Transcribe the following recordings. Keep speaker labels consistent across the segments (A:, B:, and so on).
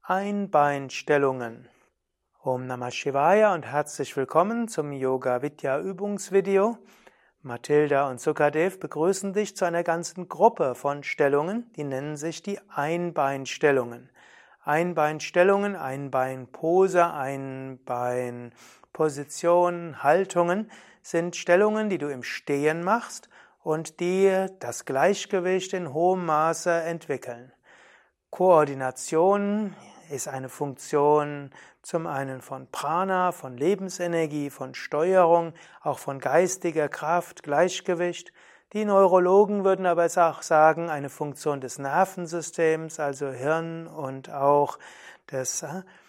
A: Einbeinstellungen. Om Namah Shivaya und herzlich willkommen zum Yoga Vidya Übungsvideo. Mathilda und Sukadev begrüßen dich zu einer ganzen Gruppe von Stellungen, die nennen sich die Einbeinstellungen. Einbeinstellungen, Einbeinpose, Einbeinpositionen, Haltungen sind Stellungen, die du im Stehen machst und die das Gleichgewicht in hohem Maße entwickeln. Koordination ist eine Funktion zum einen von Prana, von Lebensenergie, von Steuerung, auch von geistiger Kraft, Gleichgewicht. Die Neurologen würden aber auch sagen, eine Funktion des Nervensystems, also Hirn und auch des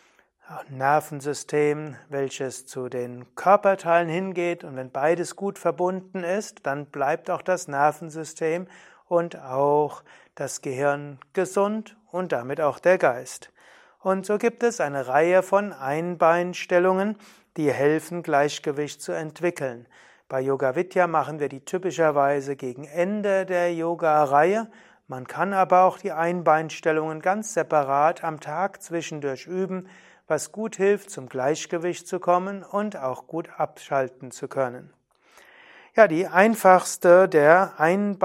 A: Nervensystem, welches zu den Körperteilen hingeht. Und wenn beides gut verbunden ist, dann bleibt auch das Nervensystem und auch das Gehirn gesund und damit auch der Geist. Und so gibt es eine Reihe von Einbeinstellungen, die helfen, Gleichgewicht zu entwickeln. Bei Yoga Vidya machen wir die typischerweise gegen Ende der Yoga-Reihe. Man kann aber auch die Einbeinstellungen ganz separat am Tag zwischendurch üben, was gut hilft, zum Gleichgewicht zu kommen und auch gut abschalten zu können. Ja, die einfachste der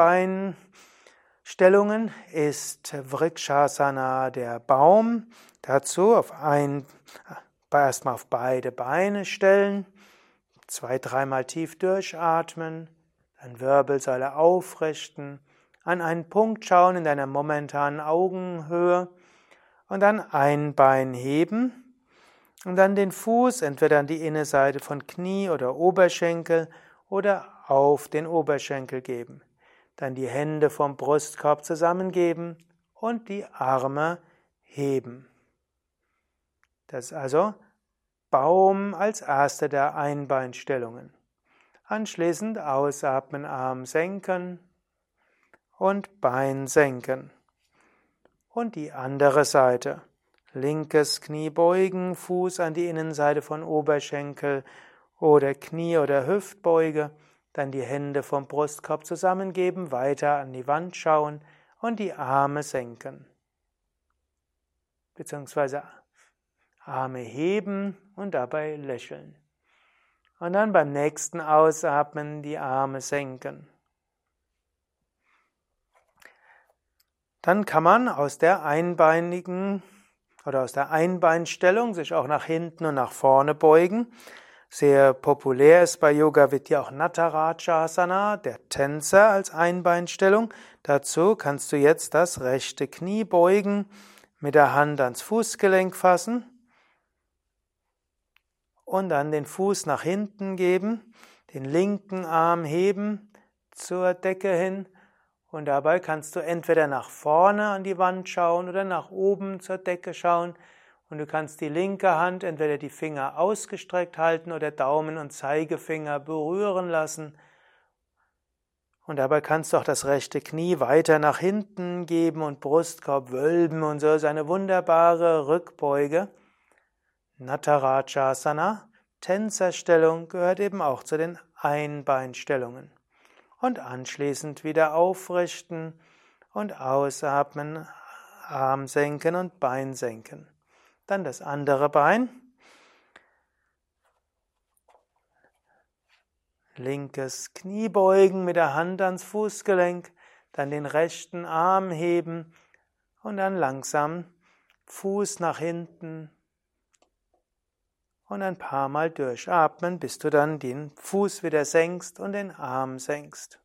A: Einbeinstellungen ist Vrikshasana, der Baum. Dazu erstmal auf beide Beine stellen, 2-3 Mal tief durchatmen, dann Wirbelsäule aufrichten, an einen Punkt schauen in deiner momentanen Augenhöhe und dann ein Bein heben und dann den Fuß entweder an die Innenseite von Knie oder Oberschenkel oder auf den Oberschenkel geben. Dann die Hände vom Brustkorb zusammengeben und die Arme heben. Das ist also Baum als erste der Einbeinstellungen. Anschließend ausatmen, Arm senken und Bein senken. Und die andere Seite. Linkes Knie beugen, Fuß an die Innenseite von Oberschenkel oder Knie- oder Hüftbeuge. Dann die Hände vom Brustkorb zusammengeben, weiter an die Wand schauen und die Arme senken. Beziehungsweise Arme heben und dabei lächeln. Und dann beim nächsten Ausatmen die Arme senken. Dann kann man aus der Einbeinstellung sich auch nach hinten und nach vorne beugen. Sehr populär ist bei Yoga Vidya auch Natarajasana, der Tänzer als Einbeinstellung. Dazu kannst du jetzt das rechte Knie beugen, mit der Hand ans Fußgelenk fassen und dann den Fuß nach hinten geben, den linken Arm heben zur Decke hin und dabei kannst du entweder nach vorne an die Wand schauen oder nach oben zur Decke schauen und du kannst die linke Hand entweder die Finger ausgestreckt halten oder Daumen und Zeigefinger berühren lassen und dabei kannst du auch das rechte Knie weiter nach hinten geben und Brustkorb wölben und so ist eine wunderbare Rückbeuge. Natarajasana, Tänzerstellung, gehört eben auch zu den Einbeinstellungen. Und anschließend wieder aufrichten und ausatmen, Arm senken und Bein senken. Dann das andere Bein. Linkes Knie beugen mit der Hand ans Fußgelenk, dann den rechten Arm heben und dann langsam Fuß nach hinten und ein paar Mal durchatmen, bis du dann den Fuß wieder senkst und den Arm senkst.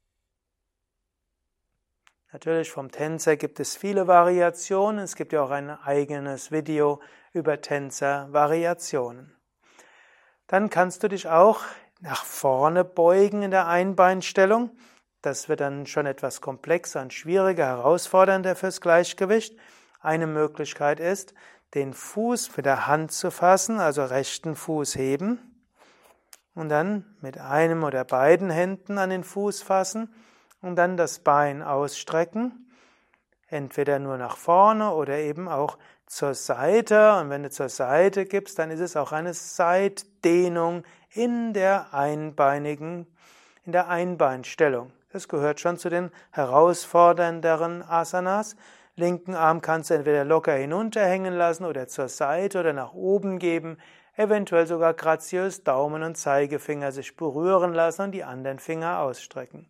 A: Natürlich vom Tänzer gibt es viele Variationen. Es gibt ja auch ein eigenes Video über Tänzervariationen. Dann kannst du dich auch nach vorne beugen in der Einbeinstellung. Das wird dann schon etwas komplexer und schwieriger, herausfordernder fürs Gleichgewicht. Eine Möglichkeit ist, den Fuß mit der Hand zu fassen, also rechten Fuß heben und dann mit einem oder beiden Händen an den Fuß fassen und dann das Bein ausstrecken, entweder nur nach vorne oder eben auch zur Seite. Und wenn du zur Seite gibst, dann ist es auch eine Seitdehnung in der Einbeinstellung. Das gehört schon zu den herausfordernderen Asanas. linken Arm kannst du entweder locker hinunterhängen lassen oder zur Seite oder nach oben geben, eventuell sogar graziös Daumen und Zeigefinger sich berühren lassen und die anderen Finger ausstrecken.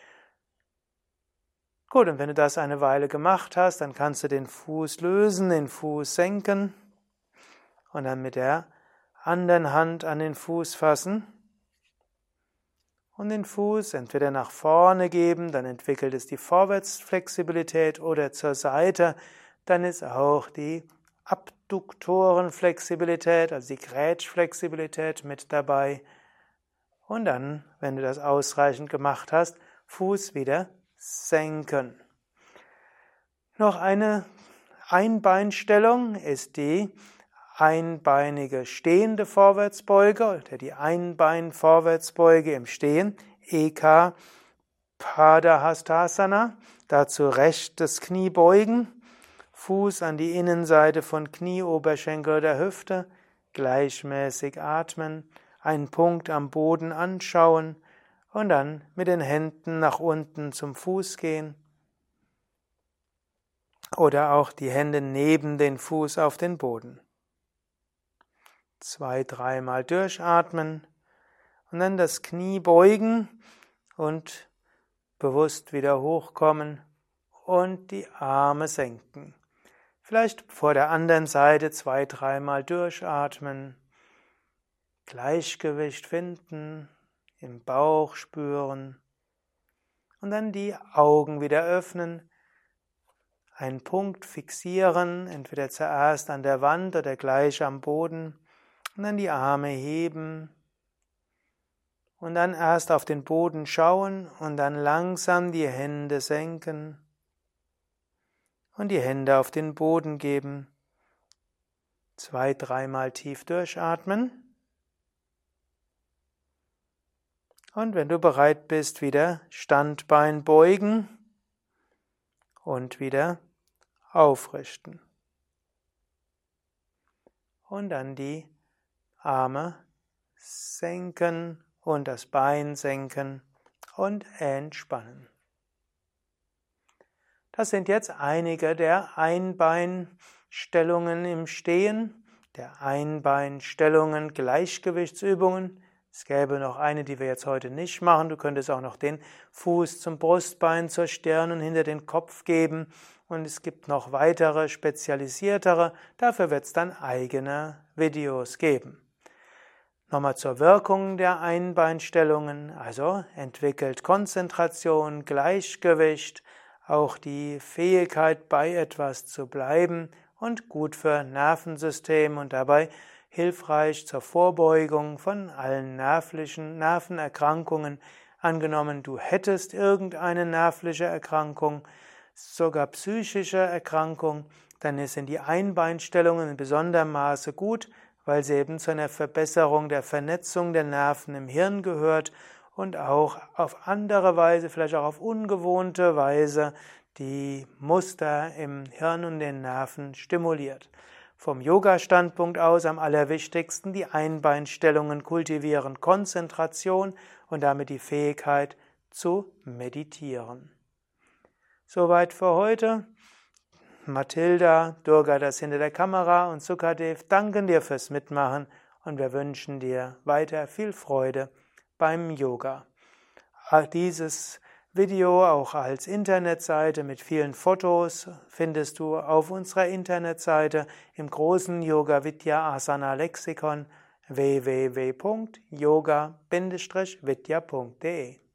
A: Gut, und wenn du das eine Weile gemacht hast, dann kannst du den Fuß lösen, den Fuß senken und dann mit der anderen Hand an den Fuß fassen und den Fuß entweder nach vorne geben, dann entwickelt es die Vorwärtsflexibilität, oder zur Seite, dann ist auch die Abduktorenflexibilität, also die Grätschflexibilität mit dabei. Und dann, wenn du das ausreichend gemacht hast, Fuß wieder senken. Noch eine Einbeinstellung ist die einbeinige stehende Vorwärtsbeuge oder die Einbein-Vorwärtsbeuge im Stehen, Eka Padahastasana. Dazu rechtes Knie beugen, Fuß an die Innenseite von Knie, Oberschenkel der Hüfte, gleichmäßig atmen, einen Punkt am Boden anschauen und dann mit den Händen nach unten zum Fuß gehen oder auch die Hände neben den Fuß auf den Boden. 2-3 Mal durchatmen und dann das Knie beugen und bewusst wieder hochkommen und die Arme senken. Vielleicht vor der anderen Seite 2-3 Mal durchatmen, Gleichgewicht finden, im Bauch spüren und dann die Augen wieder öffnen, einen Punkt fixieren, entweder zuerst an der Wand oder gleich am Boden. Und dann die Arme heben und dann erst auf den Boden schauen und dann langsam die Hände senken und die Hände auf den Boden geben. 2-3 Mal tief durchatmen. Und wenn du bereit bist, wieder Standbein beugen und wieder aufrichten. Und dann die Arme senken und das Bein senken und entspannen. Das sind jetzt einige der Einbeinstellungen im Stehen, der Einbeinstellungen, Gleichgewichtsübungen. Es gäbe noch eine, die wir jetzt heute nicht machen. Du könntest auch noch den Fuß zum Brustbein, zur Stirn und hinter den Kopf geben. Und es gibt noch weitere, spezialisiertere. Dafür wird es dann eigene Videos geben. Nochmal zur Wirkung der Einbeinstellungen, also entwickelt Konzentration, Gleichgewicht, auch die Fähigkeit, bei etwas zu bleiben und gut für Nervensystem und dabei hilfreich zur Vorbeugung von allen Nervenerkrankungen. Angenommen, du hättest irgendeine nervliche Erkrankung, sogar psychische Erkrankung, dann sind die Einbeinstellungen in besonderem Maße gut, weil sie eben zu einer Verbesserung der Vernetzung der Nerven im Hirn gehört und auch auf andere Weise, vielleicht auch auf ungewohnte Weise, die Muster im Hirn und den Nerven stimuliert. Vom Yoga-Standpunkt aus am allerwichtigsten die Einbeinstellungen kultivieren Konzentration und damit die Fähigkeit zu meditieren. Soweit für heute. Mathilda, Durga, das hinter der Kamera und Sukadev danken dir fürs Mitmachen und wir wünschen dir weiter viel Freude beim Yoga. Dieses Video auch als Internetseite mit vielen Fotos findest du auf unserer Internetseite im großen Yoga Vidya Asana Lexikon www.yoga-vidya.de